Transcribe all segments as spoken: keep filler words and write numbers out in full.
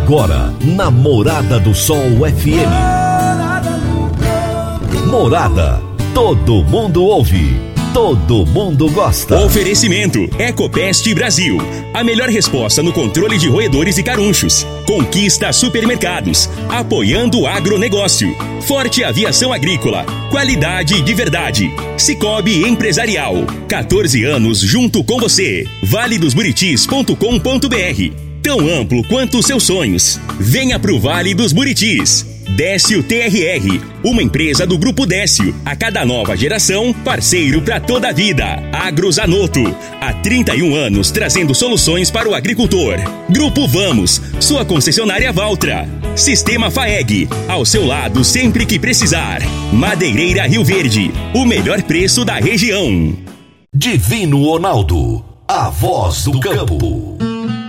Agora, na Morada do Sol F M. Morada, todo mundo ouve, todo mundo gosta. Oferecimento Ecopest Brasil, a melhor resposta no controle de roedores e carunchos. Conquista Supermercados, apoiando o agronegócio. Forte Aviação Agrícola, qualidade de verdade. Cicobi Empresarial, quatorze anos junto com você. vale dos buritis ponto com ponto b r, tão amplo quanto os seus sonhos. Venha pro Vale dos Buritis. Décio T R R, uma empresa do Grupo Décio. A cada nova geração, parceiro para toda a vida. Agrozanoto, há trinta e um anos trazendo soluções para o agricultor. Grupo Vamos, sua concessionária Valtra. Sistema Faeg, ao seu lado sempre que precisar. Madeireira Rio Verde, o melhor preço da região. Divino Ronaldo, a voz do campo.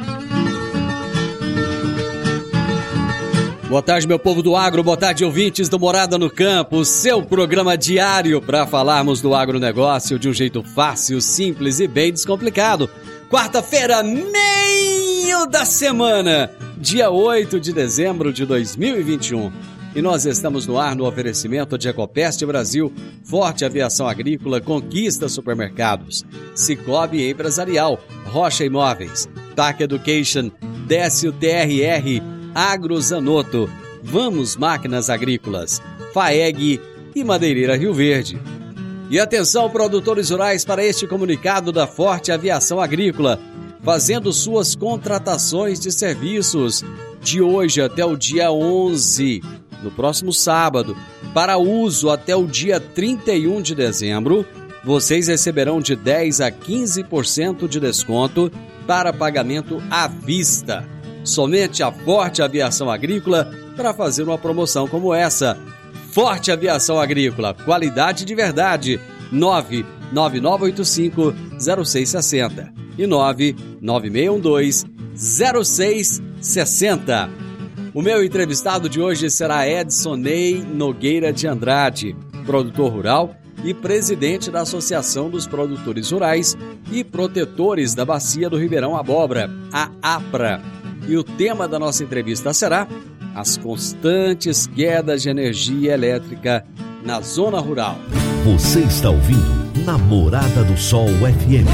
Boa tarde, meu povo do agro, boa tarde, ouvintes do Morada no Campo, seu programa diário para falarmos do agronegócio de um jeito fácil, simples e bem descomplicado. Quarta-feira, meio da semana, dia oito de dezembro de dois mil e vinte e um. E nós estamos no ar no oferecimento de Ecopest Brasil, Forte Aviação Agrícola, Conquista Supermercados, Cicobi Empresarial, Rocha Imóveis, T A C Education, Décio T R R, Agrozanoto, Vamos Máquinas Agrícolas, Faeg e Madeireira Rio Verde. E atenção, produtores rurais, para este comunicado da Forte Aviação Agrícola, fazendo suas contratações de serviços de hoje até o dia onze, no próximo sábado, para uso até o dia trinta e um de dezembro, vocês receberão de dez a quinze por cento de desconto para pagamento à vista. Somente a Forte Aviação Agrícola para fazer uma promoção como essa. Forte Aviação Agrícola, qualidade de verdade. nove nove nove oito cinco zero seis seis zero e nove nove seis um dois zero seis seis zero. O meu entrevistado de hoje será Edson Ney Nogueira de Andrade, produtor rural e presidente da Associação dos Produtores Rurais e Protetores da Bacia do Ribeirão Abóbora, a APRA. E o tema da nossa entrevista será as constantes quedas de energia elétrica na zona rural. Você está ouvindo Namorada do Sol F M.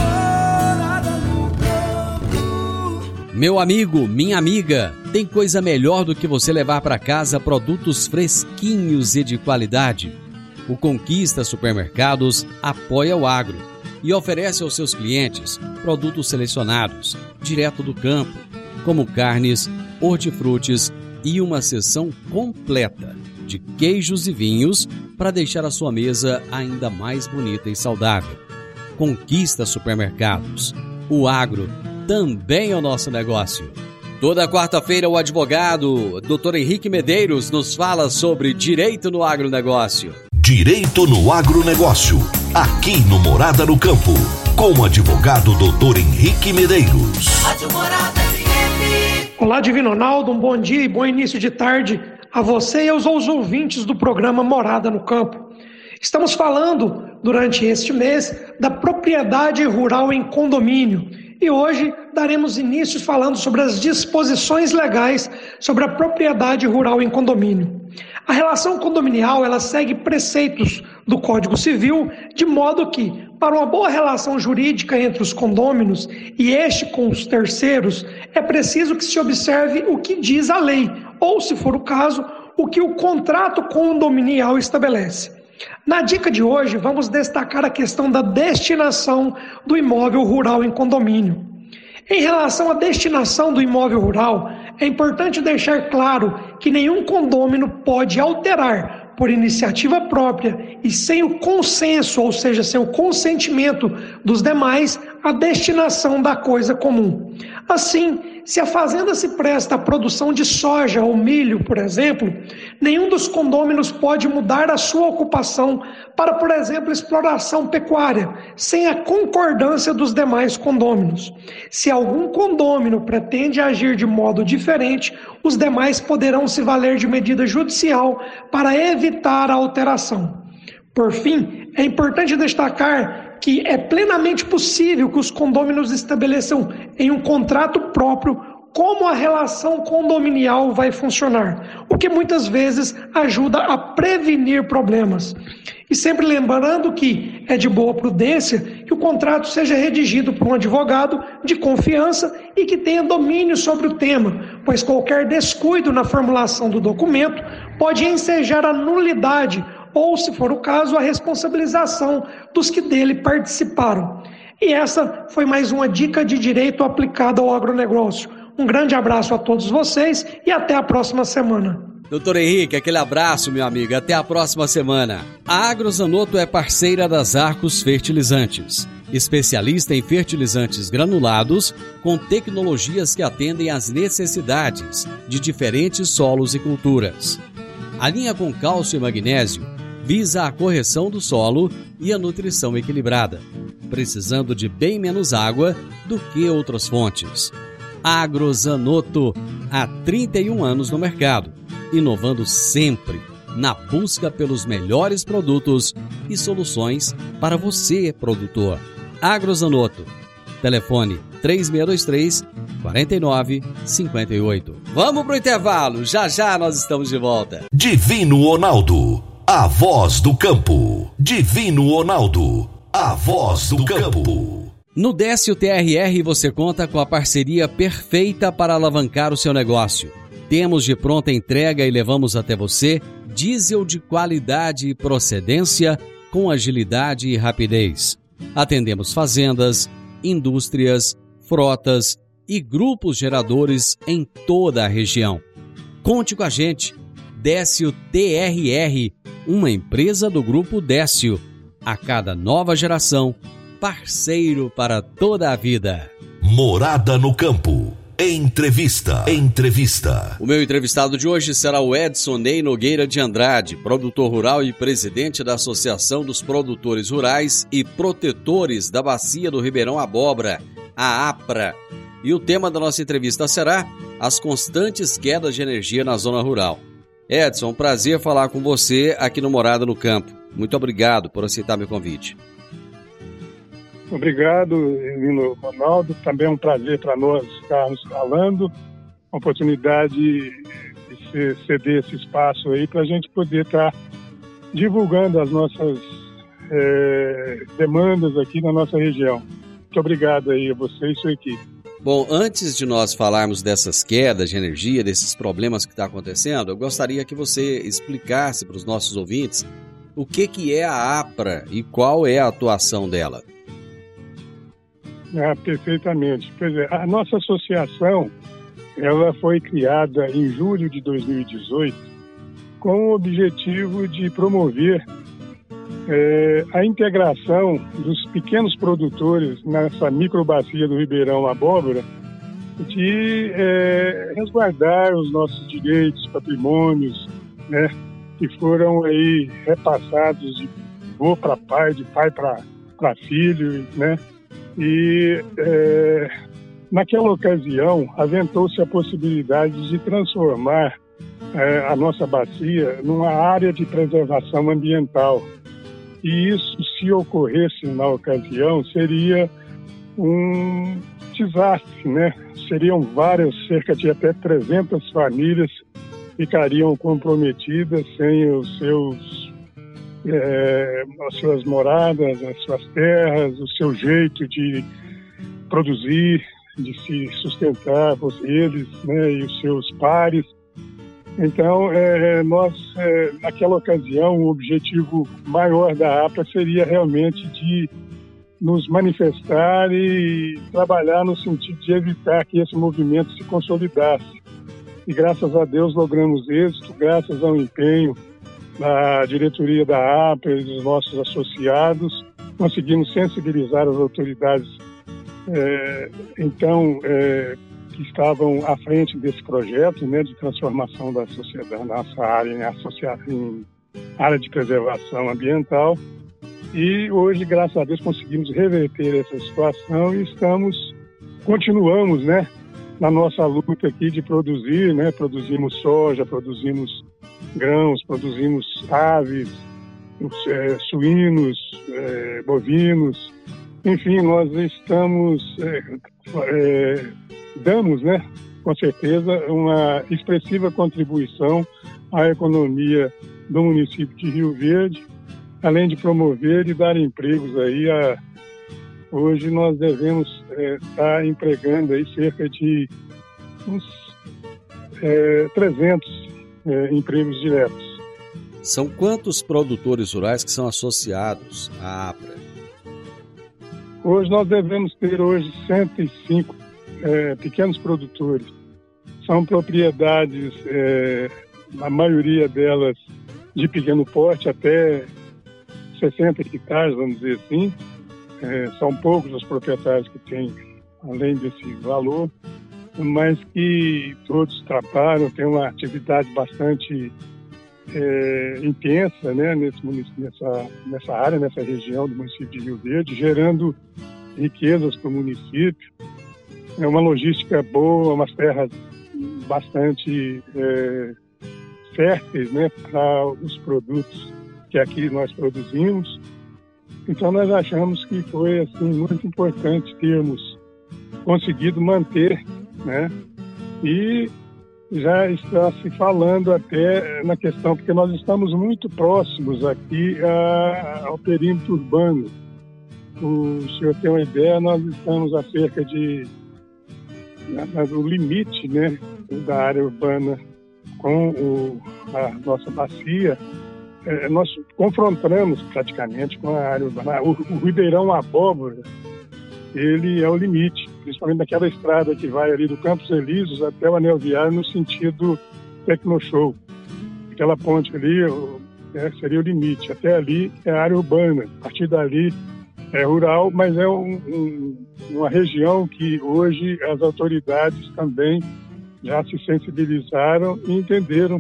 Meu amigo, minha amiga, tem coisa melhor do que você levar para casa produtos fresquinhos e de qualidade? O Conquista Supermercados apoia o agro e oferece aos seus clientes produtos selecionados, direto do campo, como carnes, hortifrutis e uma seção completa de queijos e vinhos para deixar a sua mesa ainda mais bonita e saudável. Conquista Supermercados. O agro também é o nosso negócio. Toda quarta-feira o advogado doutor Henrique Medeiros nos fala sobre direito no agronegócio. Direito no agronegócio, aqui no Morada no Campo, com o advogado doutor Henrique Medeiros. Olá, Divino Ronaldo, um bom dia e bom início de tarde a você e aos ouvintes do programa Morada no Campo. Estamos falando, durante este mês, da propriedade rural em condomínio e hoje daremos início falando sobre as disposições legais sobre a propriedade rural em condomínio. A relação condominial ela segue preceitos do Código Civil, de modo que, para uma boa relação jurídica entre os condôminos e este com os terceiros, é preciso que se observe o que diz a lei, ou, se for o caso, o que o contrato condominial estabelece. Na dica de hoje, vamos destacar a questão da destinação do imóvel rural em condomínio. Em relação à destinação do imóvel rural, é importante deixar claro que nenhum condômino pode alterar, por iniciativa própria e sem o consenso, ou seja, sem o consentimento dos demais, a destinação da coisa comum. Assim, se a fazenda se presta à produção de soja ou milho, por exemplo, nenhum dos condôminos pode mudar a sua ocupação para, por exemplo, exploração pecuária, sem a concordância dos demais condôminos. Se algum condômino pretende agir de modo diferente, os demais poderão se valer de medida judicial para evitar a alteração. Por fim, é importante destacar que é plenamente possível que os condôminos estabeleçam em um contrato próprio como a relação condominial vai funcionar, o que muitas vezes ajuda a prevenir problemas. E sempre lembrando que é de boa prudência que o contrato seja redigido por um advogado de confiança e que tenha domínio sobre o tema, pois qualquer descuido na formulação do documento pode ensejar a nulidade ou, se for o caso, a responsabilização dos que dele participaram. E essa foi mais uma dica de direito aplicada ao agronegócio. Um grande abraço a todos vocês e até a próxima semana. Doutor Henrique, aquele abraço, meu amigo. Até a próxima semana. A Agrozanoto é parceira das Arcos Fertilizantes, especialista em fertilizantes granulados com tecnologias que atendem às necessidades de diferentes solos e culturas. A linha com cálcio e magnésio visa a correção do solo e a nutrição equilibrada, precisando de bem menos água do que outras fontes. Agrozanoto, há trinta e um anos no mercado, inovando sempre na busca pelos melhores produtos e soluções para você, produtor. Agrozanoto, telefone três seis dois três, quatro nove cinco oito. Vamos pro intervalo, já já nós estamos de volta. Divino Ronaldo, a voz do campo. Divino Ronaldo, a voz do campo. No Décio T R R você conta com a parceria perfeita para alavancar o seu negócio. Temos de pronta entrega e levamos até você diesel de qualidade e procedência com agilidade e rapidez. Atendemos fazendas, indústrias, frotas e grupos geradores em toda a região. Conte com a gente. Décio T R R, uma empresa do Grupo Décio. A cada nova geração, parceiro para toda a vida. Morada no Campo. Entrevista. Entrevista. O meu entrevistado de hoje será o Edson Ney Nogueira de Andrade, produtor rural e presidente da Associação dos Produtores Rurais e Protetores da Bacia do Ribeirão Abóbora, a APRA. E o tema da nossa entrevista será as constantes quedas de energia na zona rural. Edson, um prazer falar com você aqui no Morada no Campo. Muito obrigado por aceitar meu convite. Obrigado, Divino Ronaldo. Também é um prazer para nós estarmos falando. Uma oportunidade de ceder esse espaço aí para a gente poder estar tá divulgando as nossas é, demandas aqui na nossa região. Muito obrigado aí a você e sua equipe. Bom, antes de nós falarmos dessas quedas de energia, desses problemas que estão acontecendo, eu gostaria que você explicasse para os nossos ouvintes o que, que é a APRA e qual é a atuação dela. Ah, perfeitamente. Pois é, a nossa associação ela foi criada em julho de dois mil e dezoito com o objetivo de promover é, a integração dos pequenos produtores nessa microbacia do Ribeirão Abóbora, de é, resguardar os nossos direitos, patrimônios, né, que foram aí repassados de avô para pai, de pai para filho, né? E é, naquela ocasião aventou-se a possibilidade de transformar é, a nossa bacia numa área de preservação ambiental. E isso, se ocorresse na ocasião, seria um desastre, né? Seriam várias, cerca de até trezentas famílias ficariam comprometidas sem os seus É, as suas moradas, as suas terras, o seu jeito de produzir, de se sustentar, eles, né, e os seus pares. Então, é, nós, é, naquela ocasião, o objetivo maior da APRA seria realmente de nos manifestar e trabalhar no sentido de evitar que esse movimento se consolidasse. E, graças a Deus, logramos êxito, graças ao empenho da diretoria da APRA e dos nossos associados, conseguimos sensibilizar as autoridades é, então é, que estavam à frente desse projeto, né, de transformação da sociedade, nossa área em, associa... em área de preservação ambiental. E hoje, graças a Deus, conseguimos reverter essa situação e estamos, continuamos, né, na nossa luta aqui de produzir, né, produzimos soja, produzimos grãos, produzimos aves, é, suínos, é, bovinos, enfim, nós estamos, é, é, damos, né, com certeza, uma expressiva contribuição à economia do município de Rio Verde, além de promover e dar empregos aí a... Hoje nós devemos é, estar empregando aí cerca de uns é, trezentos é, empregos diretos. São quantos produtores rurais que são associados à APRA? Hoje nós devemos ter hoje cento e cinco é, pequenos produtores. São propriedades, é, a maioria delas de pequeno porte, até sessenta hectares, vamos dizer assim. É, são poucos os proprietários que têm além desse valor, mas que todos trabalham, têm uma atividade bastante é, intensa, né, nesse município, nessa, nessa área, nessa região do município de Rio Verde, gerando riquezas para o município. É uma logística boa, umas terras bastante é, férteis, né, para os produtos que aqui nós produzimos. Então nós achamos que foi assim, muito importante termos conseguido manter, né? E já está se falando até na questão, porque nós estamos muito próximos aqui a, ao perímetro urbano. O senhor tem uma ideia, nós estamos a cerca de o limite, né, da área urbana com o, a nossa bacia. É, nós confrontamos praticamente com a área urbana. O, o Ribeirão Abóbora, ele é o limite, principalmente naquela estrada que vai ali do Campos Elíseos até o Anel Viário no sentido Tecnoshow. Aquela ponte ali é, seria o limite. Até ali é a área urbana. A partir dali é rural, mas é um, um, uma região que hoje as autoridades também já se sensibilizaram e entenderam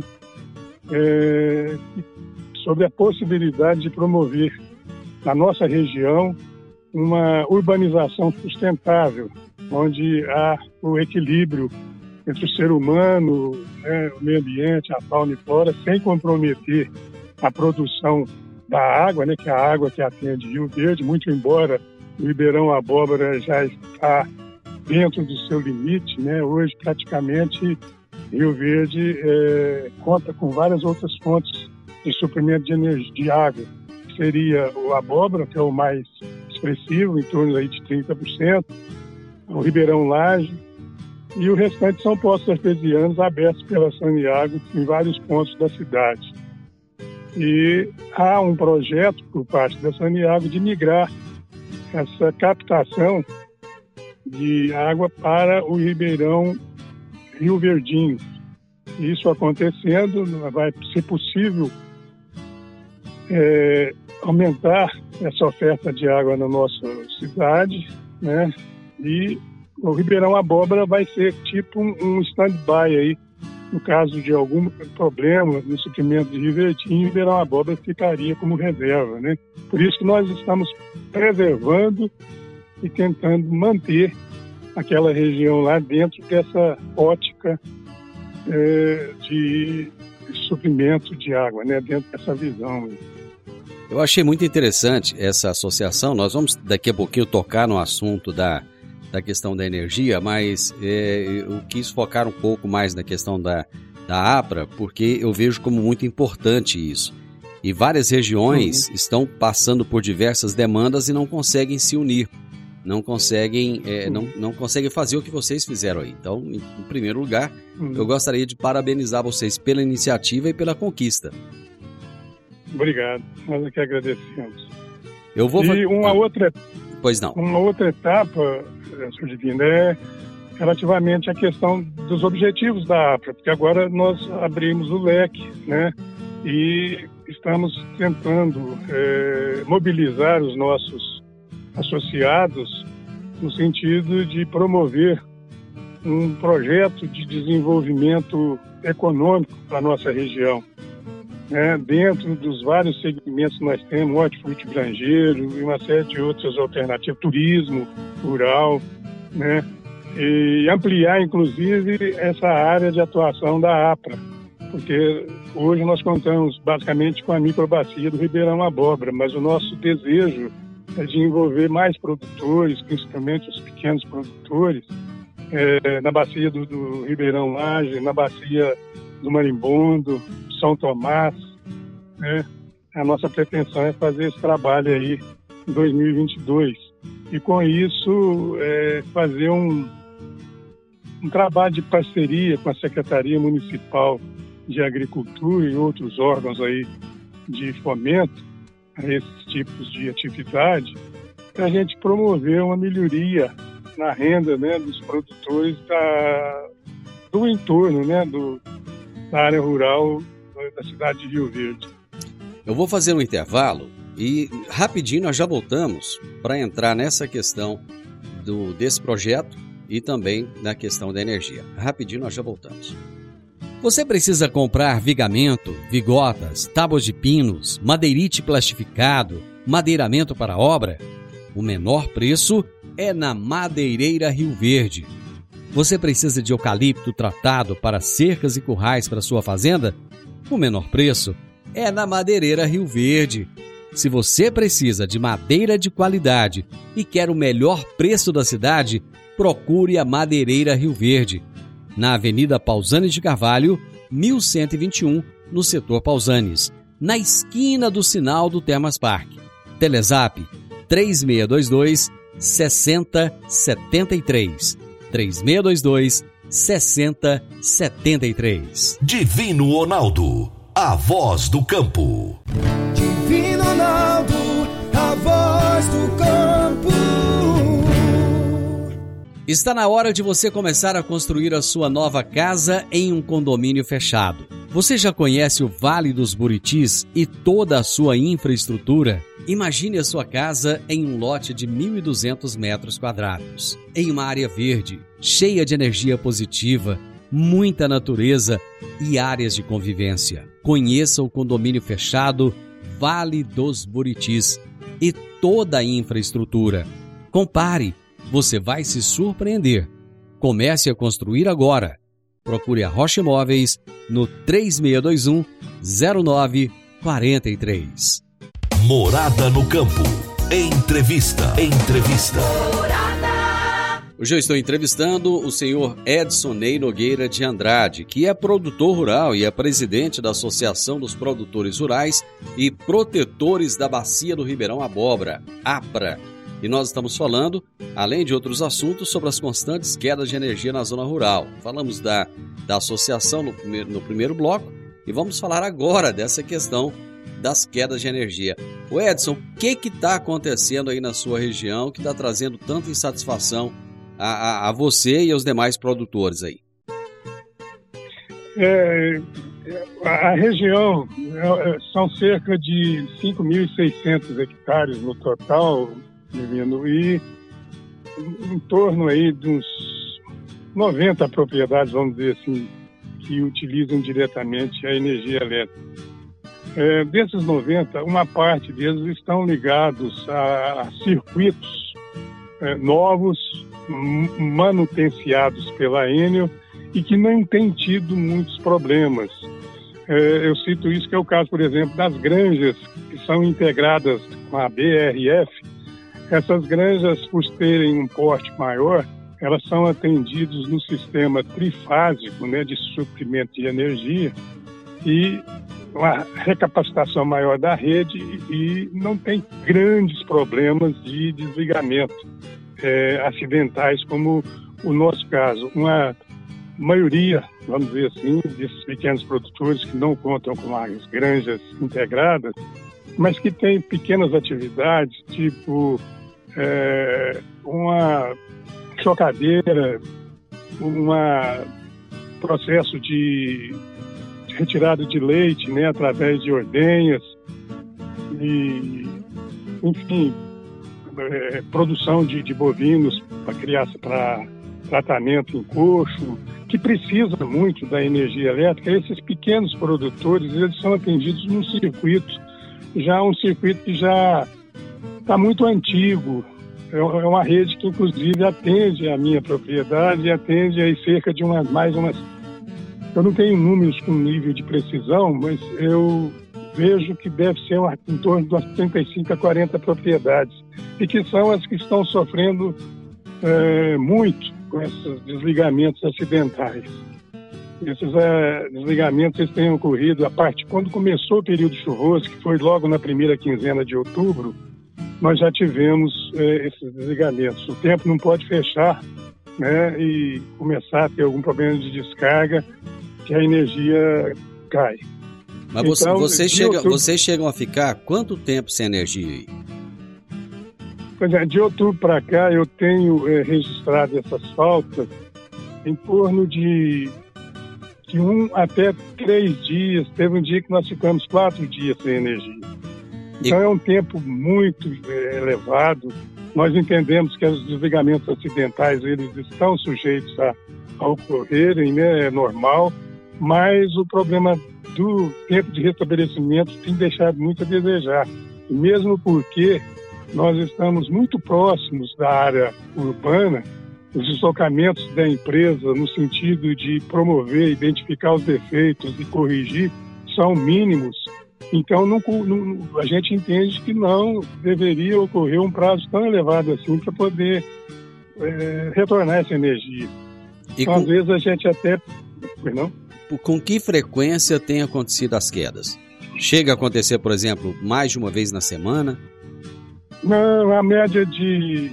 é, que sobre a possibilidade de promover na nossa região uma urbanização sustentável, onde há o equilíbrio entre o ser humano, né, o meio ambiente, a fauna e flora, sem comprometer a produção da água, né, que é a água que atende Rio Verde, muito embora o Ribeirão Abóbora já está dentro do seu limite, né, hoje praticamente Rio Verde é, conta com várias outras fontes de suprimento de energia, de água, que seria o abóbora, que é o mais expressivo, em torno aí de trinta por cento, o Ribeirão Laje, e o restante são poços artesianos abertos pela Saniago em vários pontos da cidade. E há um projeto por parte da Saniago de migrar essa captação de água para o Ribeirão Rio Verdinho. Isso acontecendo, vai ser possível É, aumentar essa oferta de água na nossa cidade, né? E o Ribeirão Abóbora vai ser tipo um, um stand-by aí, no caso de algum problema no suprimento de Rio Verdinho, o Ribeirão Abóbora ficaria como reserva, né? Por isso que nós estamos preservando e tentando manter aquela região lá dentro dessa ótica é, de suprimento de água, né? Dentro dessa visão. Eu achei muito interessante essa associação. Nós vamos daqui a pouquinho tocar no assunto da, da questão da energia, mas é, eu quis focar um pouco mais na questão da, da APRA, porque eu vejo como muito importante isso. E várias regiões uhum. estão passando por diversas demandas e não conseguem se unir, não conseguem, é, uhum. não, não conseguem fazer o que vocês fizeram aí. Então, em, em primeiro lugar, uhum. eu gostaria de parabenizar vocês pela iniciativa e pela conquista. Obrigado, nós aqui agradecemos. Eu vou... E uma, ah, outra, pois não. uma outra etapa, senhor Divino, é relativamente à questão dos objetivos da APRA, porque agora nós abrimos o leque, né, e estamos tentando é, mobilizar os nossos associados no sentido de promover um projeto de desenvolvimento econômico para a nossa região. É, dentro dos vários segmentos que nós temos, hortifruti granjeiro e uma série de outras alternativas, turismo rural, né, e ampliar, inclusive, essa área de atuação da APRA, porque hoje nós contamos basicamente com a microbacia do Ribeirão Abóbora, mas o nosso desejo é de envolver mais produtores, principalmente os pequenos produtores, é, na bacia do, do Ribeirão Laje, na bacia do Marimbondo, São Tomás, né? A nossa pretensão é fazer esse trabalho aí em dois mil e vinte e dois. E com isso, é, fazer um, um trabalho de parceria com a Secretaria Municipal de Agricultura e outros órgãos aí de fomento a esses tipos de atividade, para a gente promover uma melhoria na renda, né, dos produtores da, do entorno, né, do, da área rural da cidade de Rio Verde. Eu vou fazer um intervalo e rapidinho nós já voltamos para entrar nessa questão do, desse projeto e também na questão da energia. Rapidinho nós já voltamos. Você precisa comprar vigamento, vigotas, tábuas de pinos, madeirite plastificado, madeiramento para obra? O menor preço é na Madeireira Rio Verde. Você precisa de eucalipto tratado para cercas e currais para sua fazenda? O menor preço é na Madeireira Rio Verde. Se você precisa de madeira de qualidade e quer o melhor preço da cidade, procure a Madeireira Rio Verde, na Avenida Pausanes de Carvalho, mil cento e vinte e um, no setor Pausanes, na esquina do sinal do Termas Park. Telezap três seis dois dois, seis zero sete três. três seis dois dois, seis zero sete três. Divino Ronaldo, a voz do campo. Divino Ronaldo, a voz do campo. Está na hora de você começar a construir a sua nova casa em um condomínio fechado. Você já conhece o Vale dos Buritis e toda a sua infraestrutura? Imagine a sua casa em um lote de mil e duzentos metros quadrados, em uma área verde, cheia de energia positiva, muita natureza e áreas de convivência. Conheça o condomínio fechado Vale dos Buritis e toda a infraestrutura. Compare, você vai se surpreender. Comece a construir agora. Procure a Rocha Imóveis no três seis dois um, zero nove quatro três. Morada no campo. Entrevista. Entrevista. Hoje eu estou entrevistando o senhor Edson Ney Nogueira de Andrade, que é produtor rural e é presidente da Associação dos Produtores Rurais e Protetores da Bacia do Ribeirão Abóbora, APRA. E nós estamos falando, além de outros assuntos, sobre as constantes quedas de energia na zona rural. Falamos da, da associação no primeiro, no primeiro bloco e vamos falar agora dessa questão das quedas de energia. O Edson, o que está acontecendo aí na sua região que está trazendo tanta insatisfação a, a, a você e aos demais produtores aí? É, a região é, são cerca de cinco mil e seiscentos hectares no total, e em torno aí de uns noventa propriedades, vamos dizer assim, que utilizam diretamente a energia elétrica. É, desses noventa, uma parte deles estão ligados a, a circuitos é, novos, manutenciados pela Enel e que não têm tido muitos problemas. É, eu cito isso, que é o caso, por exemplo, das granjas que são integradas com a B R F. Essas granjas, por terem um porte maior, elas são atendidas no sistema trifásico, né, de suprimento de energia e uma recapacitação maior da rede e não tem grandes problemas de desligamento é, acidentais, como o nosso caso. Uma maioria, vamos dizer assim, desses pequenos produtores que não contam com as granjas integradas, mas que têm pequenas atividades, tipo é, uma chocadeira, um processo de, de retirada de leite, né, através de ordenhas, e, enfim, é, produção de, de bovinos para criação, para tratamento em coxo, que precisa muito da energia elétrica. Esses pequenos produtores, eles são atendidos num circuito, já um circuito que já está muito antigo. É uma rede que, inclusive, atende a minha propriedade e atende aí cerca de umas, mais umas... Eu não tenho números com nível de precisão, mas eu vejo que deve ser uma, em torno de umas trinta e cinco a quarenta propriedades, e que são as que estão sofrendo é, muito com esses desligamentos acidentais. Esses é, desligamentos eles têm ocorrido a parte quando começou o período chuvoso, que foi logo na primeira quinzena de outubro, nós já tivemos é, esses desligamentos. O tempo não pode fechar, né, e começar a ter algum problema de descarga, que a energia cai. Mas você, então, você chega, outubro, vocês chegam a ficar quanto tempo sem energia aí? Pois é, de outubro para cá eu tenho é, registrado essas faltas em torno de, de um até três dias. Teve um dia que nós ficamos quatro dias sem energia. Então e... é um tempo muito é, elevado. Nós entendemos que os desligamentos acidentais eles estão sujeitos a, a ocorrerem, né, é normal, mas o problema do tempo de restabelecimento tem deixado muito a desejar. E mesmo porque nós estamos muito próximos da área urbana, os deslocamentos da empresa no sentido de promover, identificar os defeitos e corrigir são mínimos. Então, não, não, a gente entende que não deveria ocorrer um prazo tão elevado assim para poder é, retornar essa energia. E então, com... às vezes a gente até... Não? Com que frequência tem acontecido as quedas? Chega a acontecer, por exemplo, mais de uma vez na semana? Não, a média de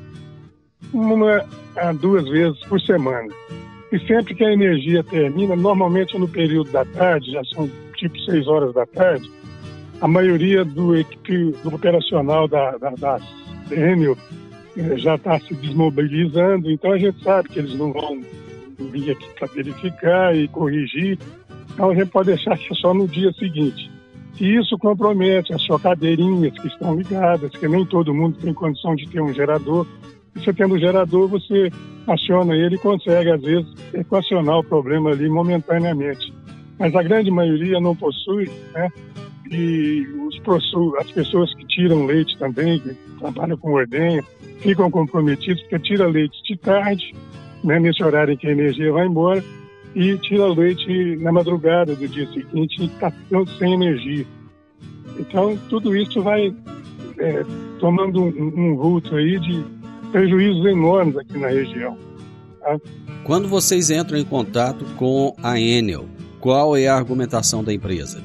uma a duas vezes por semana. E sempre que a energia termina, normalmente no período da tarde, já são tipo seis horas da tarde, a maioria do equipe do operacional da, da, da Enel já está se desmobilizando, então a gente sabe que eles não vão vir aqui para verificar e corrigir, então a gente pode deixar que é só no dia seguinte. E isso compromete as chocadeirinhas que estão ligadas, que nem todo mundo tem condição de ter um gerador. E você tendo um gerador, você aciona ele e consegue, às vezes, equacionar o problema ali momentaneamente. Mas a grande maioria não possui, né? E os, as pessoas que tiram leite também, que trabalham com ordenha, ficam comprometidos, porque tira leite de tarde, né, nesse horário em que a energia vai embora, e tira leite na madrugada do dia seguinte e está sem energia. Então, tudo isso vai é, tomando um, um vulto aí de prejuízos enormes aqui na região. Tá? Quando vocês entram em contato com a Enel, qual é a argumentação da empresa?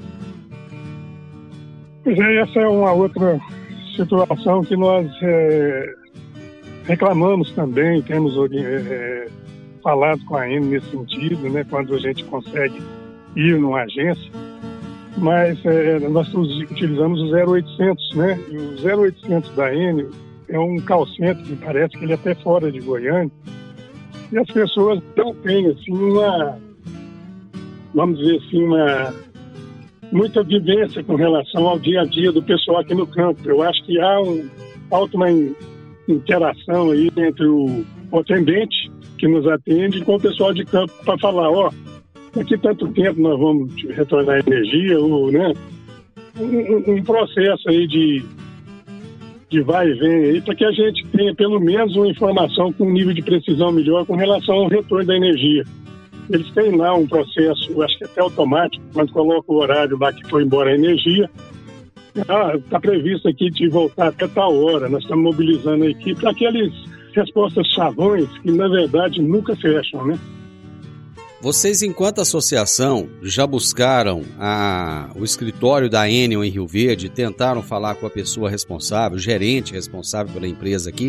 Pois é, essa é uma outra situação que nós é, reclamamos também, temos é, falado com a Enel nesse sentido, né, quando a gente consegue ir numa agência, mas é, nós utilizamos o zero oitocentos, né, e o zero oitocentos da Enel é um call center, me parece que ele é até fora de Goiânia, e as pessoas não têm, assim, uma, vamos dizer assim, uma, muita vivência com relação ao dia a dia do pessoal aqui no campo. Eu acho que há um, falta uma interação aí entre o atendente que nos atende com o pessoal de campo para falar, ó, oh, daqui tanto tempo nós vamos retornar energia, ou, né, um, um processo aí de, de vai e vem aí, para que a gente tenha pelo menos uma informação com um nível de precisão melhor com relação ao retorno da energia. Eles têm lá um processo, acho que até automático, quando coloca o horário lá que foi embora a energia, está ah, previsto aqui de voltar até tal hora, nós estamos mobilizando a equipe para aqueles respostas chavões que, na verdade, nunca fecham, né? Vocês, enquanto associação, já buscaram a, o escritório da Enel em Rio Verde, tentaram falar com a pessoa responsável, o gerente responsável pela empresa aqui?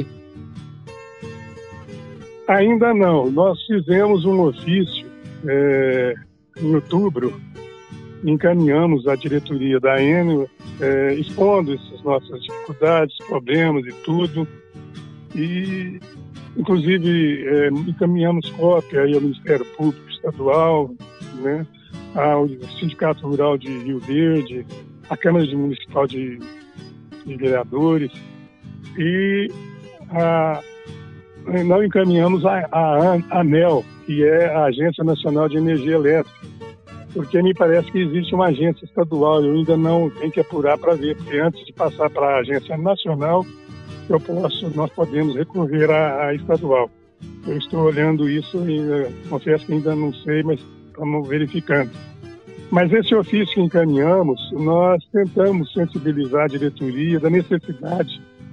Ainda não. Nós fizemos um ofício é, em outubro, encaminhamos à diretoria da Enel, é, expondo essas nossas dificuldades, problemas e tudo. E, inclusive, é, encaminhamos cópia aí ao Ministério Público Estadual, né, ao Sindicato Rural de Rio Verde, à Câmara Municipal de, de Vereadores, e a, não encaminhamos a, a ANEEL, que é a Agência Nacional de Energia Elétrica, porque me parece que existe uma agência estadual, eu ainda não tenho que apurar para ver, porque antes de passar para a Agência Nacional, eu posso, nós podemos recorrer à, à estadual. Eu estou olhando isso e uh, confesso que ainda não sei, mas estamos verificando. Mas esse ofício que encaminhamos, nós tentamos sensibilizar a diretoria da necessidade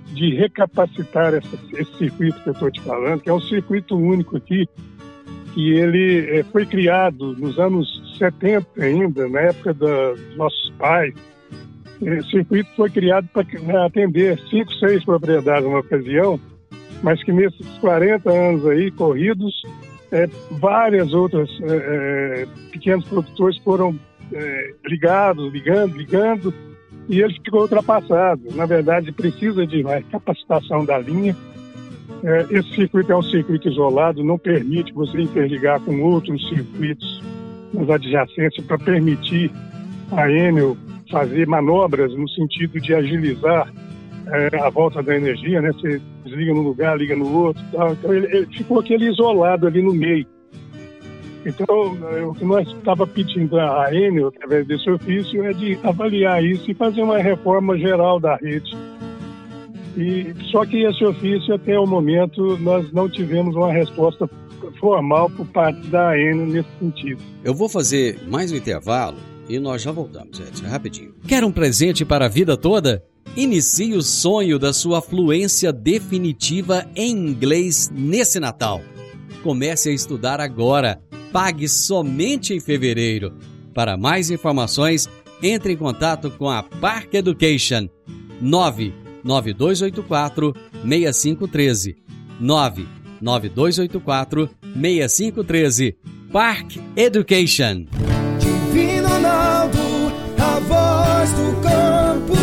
de recapacitar essa, esse circuito que eu estou te falando, que é um circuito único aqui, que ele é, foi criado nos anos setenta ainda, na época da, dos nossos pais. Esse circuito foi criado para atender cinco, seis propriedades numa ocasião, mas que nesses quarenta anos aí corridos, é, várias outras é, pequenos produtores foram é, ligados, ligando, ligando, e ele ficou ultrapassado. Na verdade, precisa de mais capacitação da linha. É, esse circuito é um circuito isolado, não permite você interligar com outros circuitos nas adjacências para permitir a Enel fazer manobras no sentido de agilizar é, a volta da energia, né? Você desliga num lugar, liga no outro, tal. Então ele, ele ficou aquele isolado ali no meio. Então, o que nós estava pedindo à Enel, através desse ofício, é de avaliar isso e fazer uma reforma geral da rede. E, só que esse ofício, até o momento, nós não tivemos uma resposta formal por parte da Enel nesse sentido. Eu vou fazer mais um intervalo e nós já voltamos, gente, rapidinho. Quer um presente para a vida toda? Inicie o sonho da sua fluência definitiva em inglês nesse Natal. Comece a estudar agora. Pague somente em fevereiro. Para mais informações, entre em contato com a Park Education. nove nove dois oito quatro, seis cinco um três. nove nove dois oito quatro, seis cinco um três. Park Education. Divino Ronaldo, a voz do campo.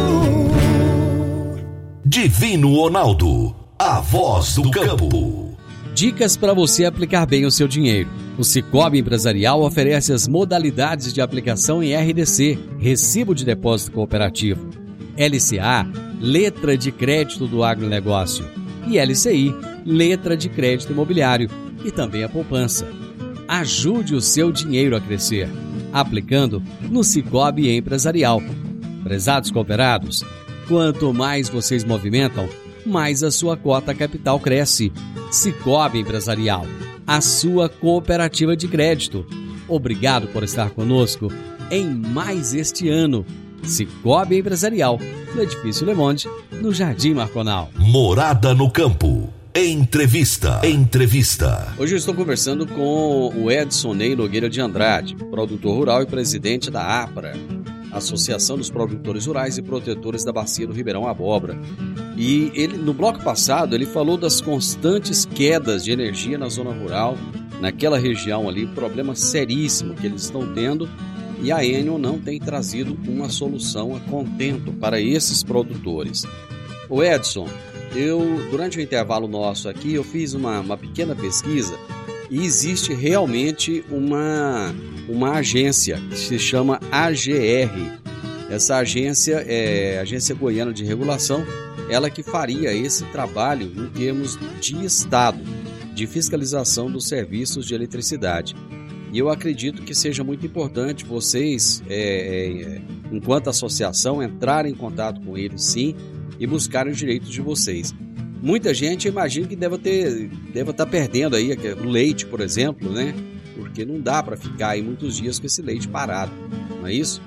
Divino Ronaldo, a voz do campo. Dicas para você aplicar bem o seu dinheiro. O Sicoob Empresarial oferece as modalidades de aplicação em R D C, Recibo de Depósito Cooperativo, L C A, Letra de Crédito do Agronegócio, e L C I, Letra de Crédito Imobiliário, e também a poupança. Ajude o seu dinheiro a crescer, aplicando no Sicoob Empresarial. Prezados cooperados, quanto mais vocês movimentam, mais a sua cota capital cresce. Sicoob Empresarial, a sua cooperativa de crédito. Obrigado por estar conosco em mais este ano. Sicoob Empresarial, no Edifício Le Monde, no Jardim Marconal. Morada no Campo. Entrevista. Entrevista. Hoje eu estou conversando com o Edson Ney Nogueira de Andrade, produtor rural e presidente da APRA, Associação dos Produtores Rurais e Protetores da Bacia do Ribeirão Abóbora. E ele, no bloco passado, ele falou das constantes quedas de energia na zona rural, naquela região ali, problema seríssimo que eles estão tendo, e a Enel não tem trazido uma solução a contento para esses produtores. O Edson, eu, durante o intervalo nosso aqui, eu fiz uma, uma pequena pesquisa e existe realmente uma, uma agência que se chama A G R. Essa agência é a Agência Goiana de Regulação, ela que faria esse trabalho em termos de Estado, de fiscalização dos serviços de eletricidade. E eu acredito que seja muito importante vocês, é, é, enquanto associação, entrarem em contato com eles sim e buscarem os direitos de vocês. Muita gente, imagina que deve ter, deve estar perdendo aí o leite, por exemplo, né? Porque não dá para ficar aí muitos dias com esse leite parado, não é isso?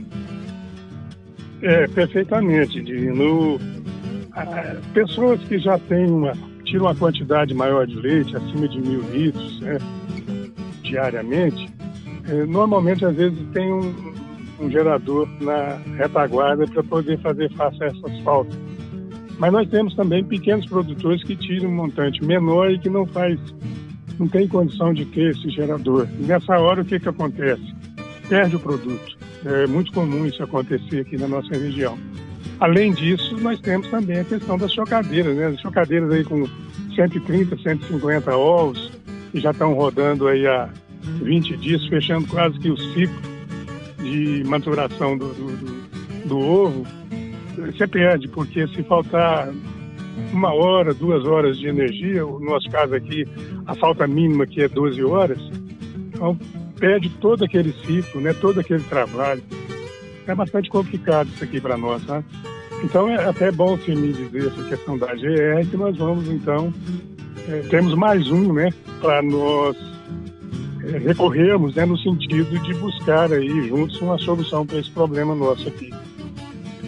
É, perfeitamente, Divino. Ah, pessoas que já têm uma, tiram uma quantidade maior de leite, acima de mil litros, né, diariamente, é, normalmente, às vezes, tem um, um gerador na retaguarda para poder fazer face a essas faltas. Mas nós temos também pequenos produtores que tiram um montante menor e que não faz, não tem condição de ter esse gerador. E nessa hora, o que, que acontece? Perde o produto. É muito comum isso acontecer aqui na nossa região. Além disso, nós temos também a questão das chocadeiras, né? As chocadeiras aí com cento e trinta, cento e cinquenta ovos, que já estão rodando aí há vinte dias, fechando quase que o ciclo de maturação do, do, do, do ovo. Você perde, porque se faltar uma hora, duas horas de energia, no nosso caso aqui, a falta mínima aqui é doze horas, então perde todo aquele ciclo, né? Todo aquele trabalho. É bastante complicado isso aqui para nós, tá? Então é até bom se me dizer essa questão da A G R, que nós vamos então, é, temos mais um, né, para nós é, recorrermos, né, no sentido de buscar aí juntos uma solução para esse problema nosso aqui.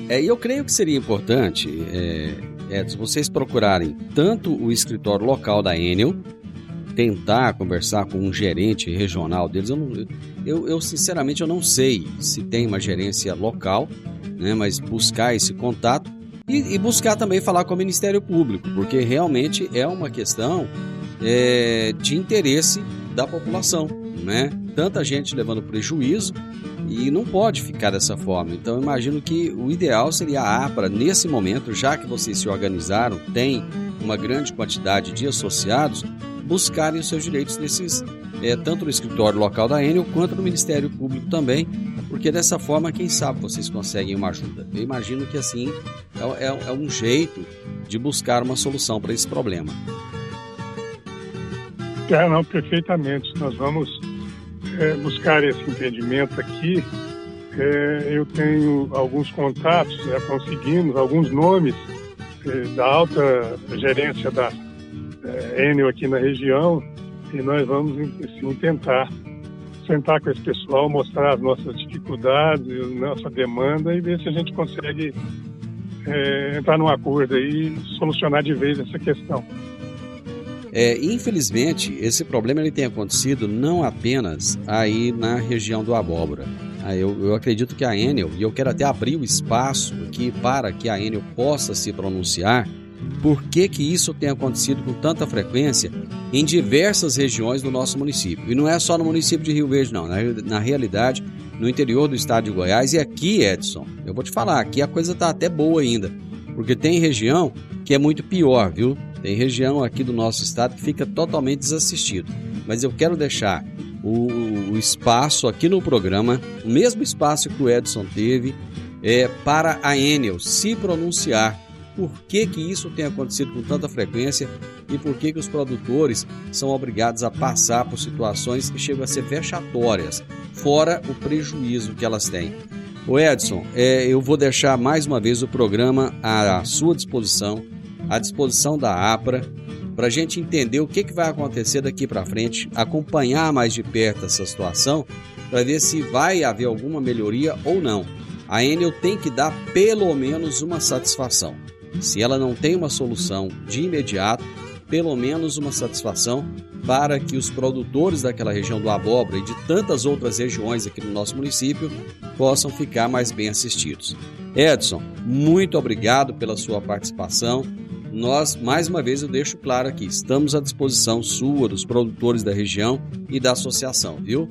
É, e eu creio que seria importante, é, Edson, vocês procurarem tanto o escritório local da Enel, tentar conversar com um gerente regional deles. Eu, não, eu, eu sinceramente eu não sei se tem uma gerência local, né, mas buscar esse contato e, e buscar também falar com o Ministério Público, porque realmente é uma questão é, de interesse da população, né? Tanta gente levando prejuízo e não pode ficar dessa forma. Então eu imagino que o ideal seria a APRA, nesse momento, já que vocês se organizaram, tem uma grande quantidade de associados, buscarem os seus direitos nesses, é, tanto no escritório local da Enel quanto no Ministério Público também, porque dessa forma, quem sabe vocês conseguem uma ajuda. Eu imagino que assim é, é, é um jeito de buscar uma solução para esse problema. É, não, perfeitamente. Nós vamos é, buscar esse entendimento aqui. É, eu tenho alguns contatos, né, conseguimos alguns nomes é, da alta gerência da é, Enel aqui na região, e nós vamos assim, tentar sentar com esse pessoal, mostrar as nossas dificuldades, nossa demanda e ver se a gente consegue é, entrar num acordo aí e solucionar de vez essa questão. É, infelizmente, esse problema ele tem acontecido não apenas aí na região do Abóbora. Ah, eu, eu acredito que a Enel, e eu quero até abrir o espaço aqui para que a Enel possa se pronunciar, por que que isso tem acontecido com tanta frequência em diversas regiões do nosso município. E não é só no município de Rio Verde, não. Na, na realidade, no interior do estado de Goiás e aqui, Edson, eu vou te falar, aqui a coisa está até boa ainda, porque tem região que é muito pior, viu? Tem região aqui do nosso estado que fica totalmente desassistido. Mas eu quero deixar o, o espaço aqui no programa, o mesmo espaço que o Edson teve, é, para a Enel se pronunciar por que que isso tem acontecido com tanta frequência e por que que os produtores são obrigados a passar por situações que chegam a ser vexatórias, fora o prejuízo que elas têm. O Edson, é, eu vou deixar mais uma vez o programa à sua disposição, à disposição da APRA, para a gente entender o que, que vai acontecer daqui para frente, acompanhar mais de perto essa situação, para ver se vai haver alguma melhoria ou não. A Enel tem que dar pelo menos uma satisfação. Se ela não tem uma solução de imediato, pelo menos uma satisfação para que os produtores daquela região do Abóbora e de tantas outras regiões aqui no nosso município possam ficar mais bem assistidos. Edson, muito obrigado pela sua participação. Nós, mais uma vez, eu deixo claro aqui, estamos à disposição sua, dos produtores da região e da associação, viu?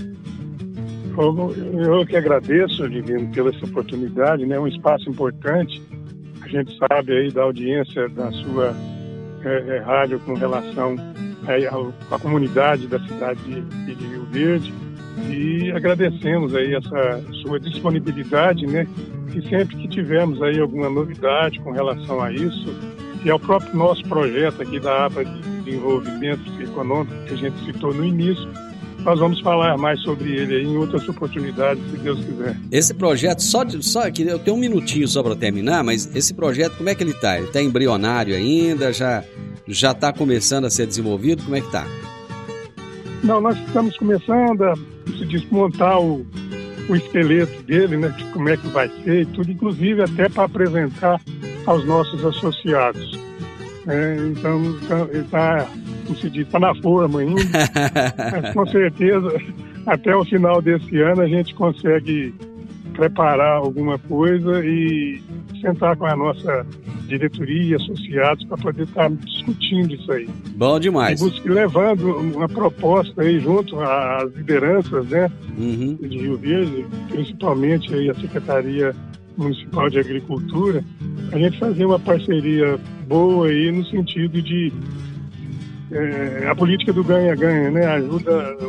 Eu que agradeço, Divino, pela essa oportunidade, né? É um espaço importante. A gente sabe aí da audiência da sua é, é, rádio com relação é, à, à comunidade da cidade de, de Rio Verde, e agradecemos aí essa sua disponibilidade, né? E sempre que tivermos aí alguma novidade com relação a isso, e ao próprio nosso projeto aqui da APRA de Desenvolvimento Econômico que a gente citou no início, nós vamos falar mais sobre ele aí em outras oportunidades, se Deus quiser. Esse projeto, só, de, só aqui, eu tenho um minutinho só para terminar, mas esse projeto, como é que ele está? Ele está embrionário ainda? Já já está começando a ser desenvolvido? Como é que está? Não, nós estamos começando a se desmontar o, o esqueleto dele, né? De como é que vai ser e tudo, inclusive até para apresentar aos nossos associados. É, então, ele está... como se diz, está na forma ainda, mas com certeza até o final desse ano a gente consegue preparar alguma coisa e sentar com a nossa diretoria e associados para poder estar discutindo isso aí. Bom demais. E levando uma proposta aí junto às lideranças, né, uhum. de Rio Verde, principalmente aí a Secretaria Municipal de Agricultura, a gente fazer uma parceria boa aí no sentido de É, a política do ganha-ganha, né? Ajuda,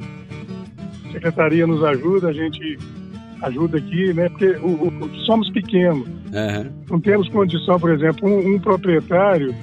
a secretaria nos ajuda, a gente ajuda aqui, né? Porque o, o, somos pequenos, uhum. Não temos condição, por exemplo, um, um proprietário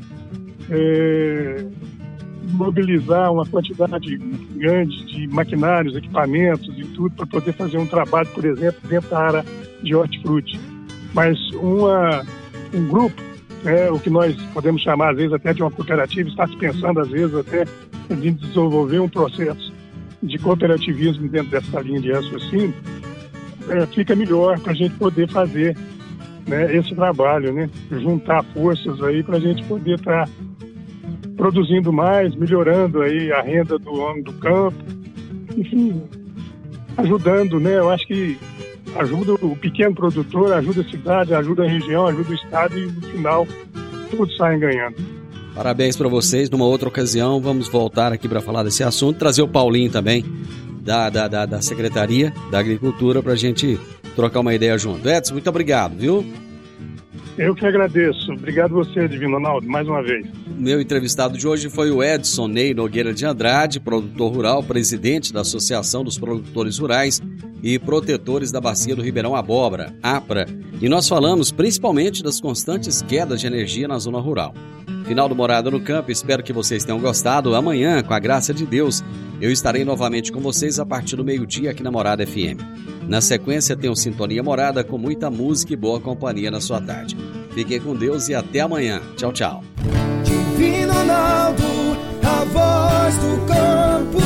é, mobilizar uma quantidade grande de maquinários, equipamentos e tudo para poder fazer um trabalho, por exemplo, dentro da área de hortifruti. Mas uma, um grupo, é, o que nós podemos chamar, às vezes, até de uma cooperativa, está se pensando, às vezes, até em desenvolver um processo de cooperativismo dentro dessa linha de raciocínio, é, fica melhor para a gente poder fazer né, esse trabalho, né? Juntar forças aí para a gente poder estar tá produzindo mais, melhorando aí a renda do homem do campo, enfim, ajudando, né? Eu acho que ajuda o pequeno produtor, ajuda a cidade, ajuda a região, ajuda o estado e no final todos saem ganhando. Parabéns para vocês. Numa outra ocasião vamos voltar aqui para falar desse assunto, trazer o Paulinho também da, da, da, da Secretaria da Agricultura para a gente trocar uma ideia junto. Edson, muito obrigado, viu? Eu que agradeço. Obrigado você, Divino Ronaldo, mais uma vez. Meu entrevistado de hoje foi o Edson Ney Nogueira de Andrade, produtor rural, presidente da Associação dos Produtores Rurais e Protetores da Bacia do Ribeirão Abóbora, APRA, e nós falamos principalmente das constantes quedas de energia na zona rural. Final do Morada no Campo, espero que vocês tenham gostado. Amanhã, com a graça de Deus, eu estarei novamente com vocês a partir do meio-dia aqui na Morada F M. Na sequência, tem o Sintonia Morada com muita música e boa companhia na sua tarde. Fiquem com Deus e até amanhã. Tchau, tchau. Divino Ronaldo, a voz do campo.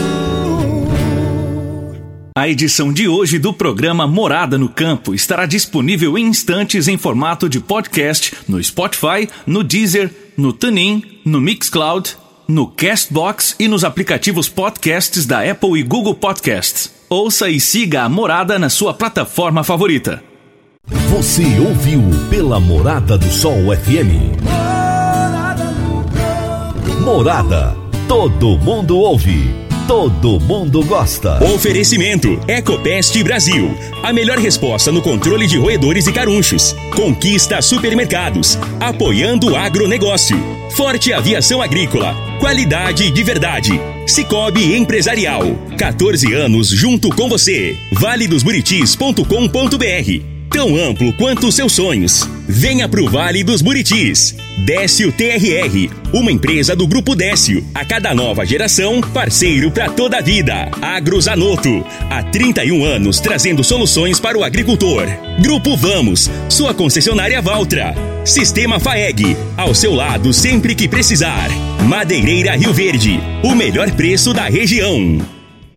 A edição de hoje do programa Morada no Campo estará disponível em instantes em formato de podcast no Spotify, no Deezer, no TuneIn, no Mixcloud, no Castbox e nos aplicativos podcasts da Apple e Google Podcasts. Ouça e siga a Morada na sua plataforma favorita. Você ouviu pela Morada do Sol F M. Morada. Todo mundo ouve. Todo mundo gosta. Oferecimento Ecopest Brasil. A melhor resposta no controle de roedores e carunchos. Conquista Supermercados. Apoiando o agronegócio. Forte Aviação Agrícola. Qualidade de verdade. Cicobi Empresarial. quatorze anos junto com você. vale dos buritis ponto com ponto b r. Tão amplo quanto os seus sonhos. Venha pro Vale dos Buritis. Décio T R R, uma empresa do Grupo Décio. A cada nova geração, parceiro para toda a vida. Agrozanoto, há trinta e um anos trazendo soluções para o agricultor. Grupo Vamos, sua concessionária Valtra. Sistema Faeg, ao seu lado sempre que precisar. Madeireira Rio Verde, o melhor preço da região.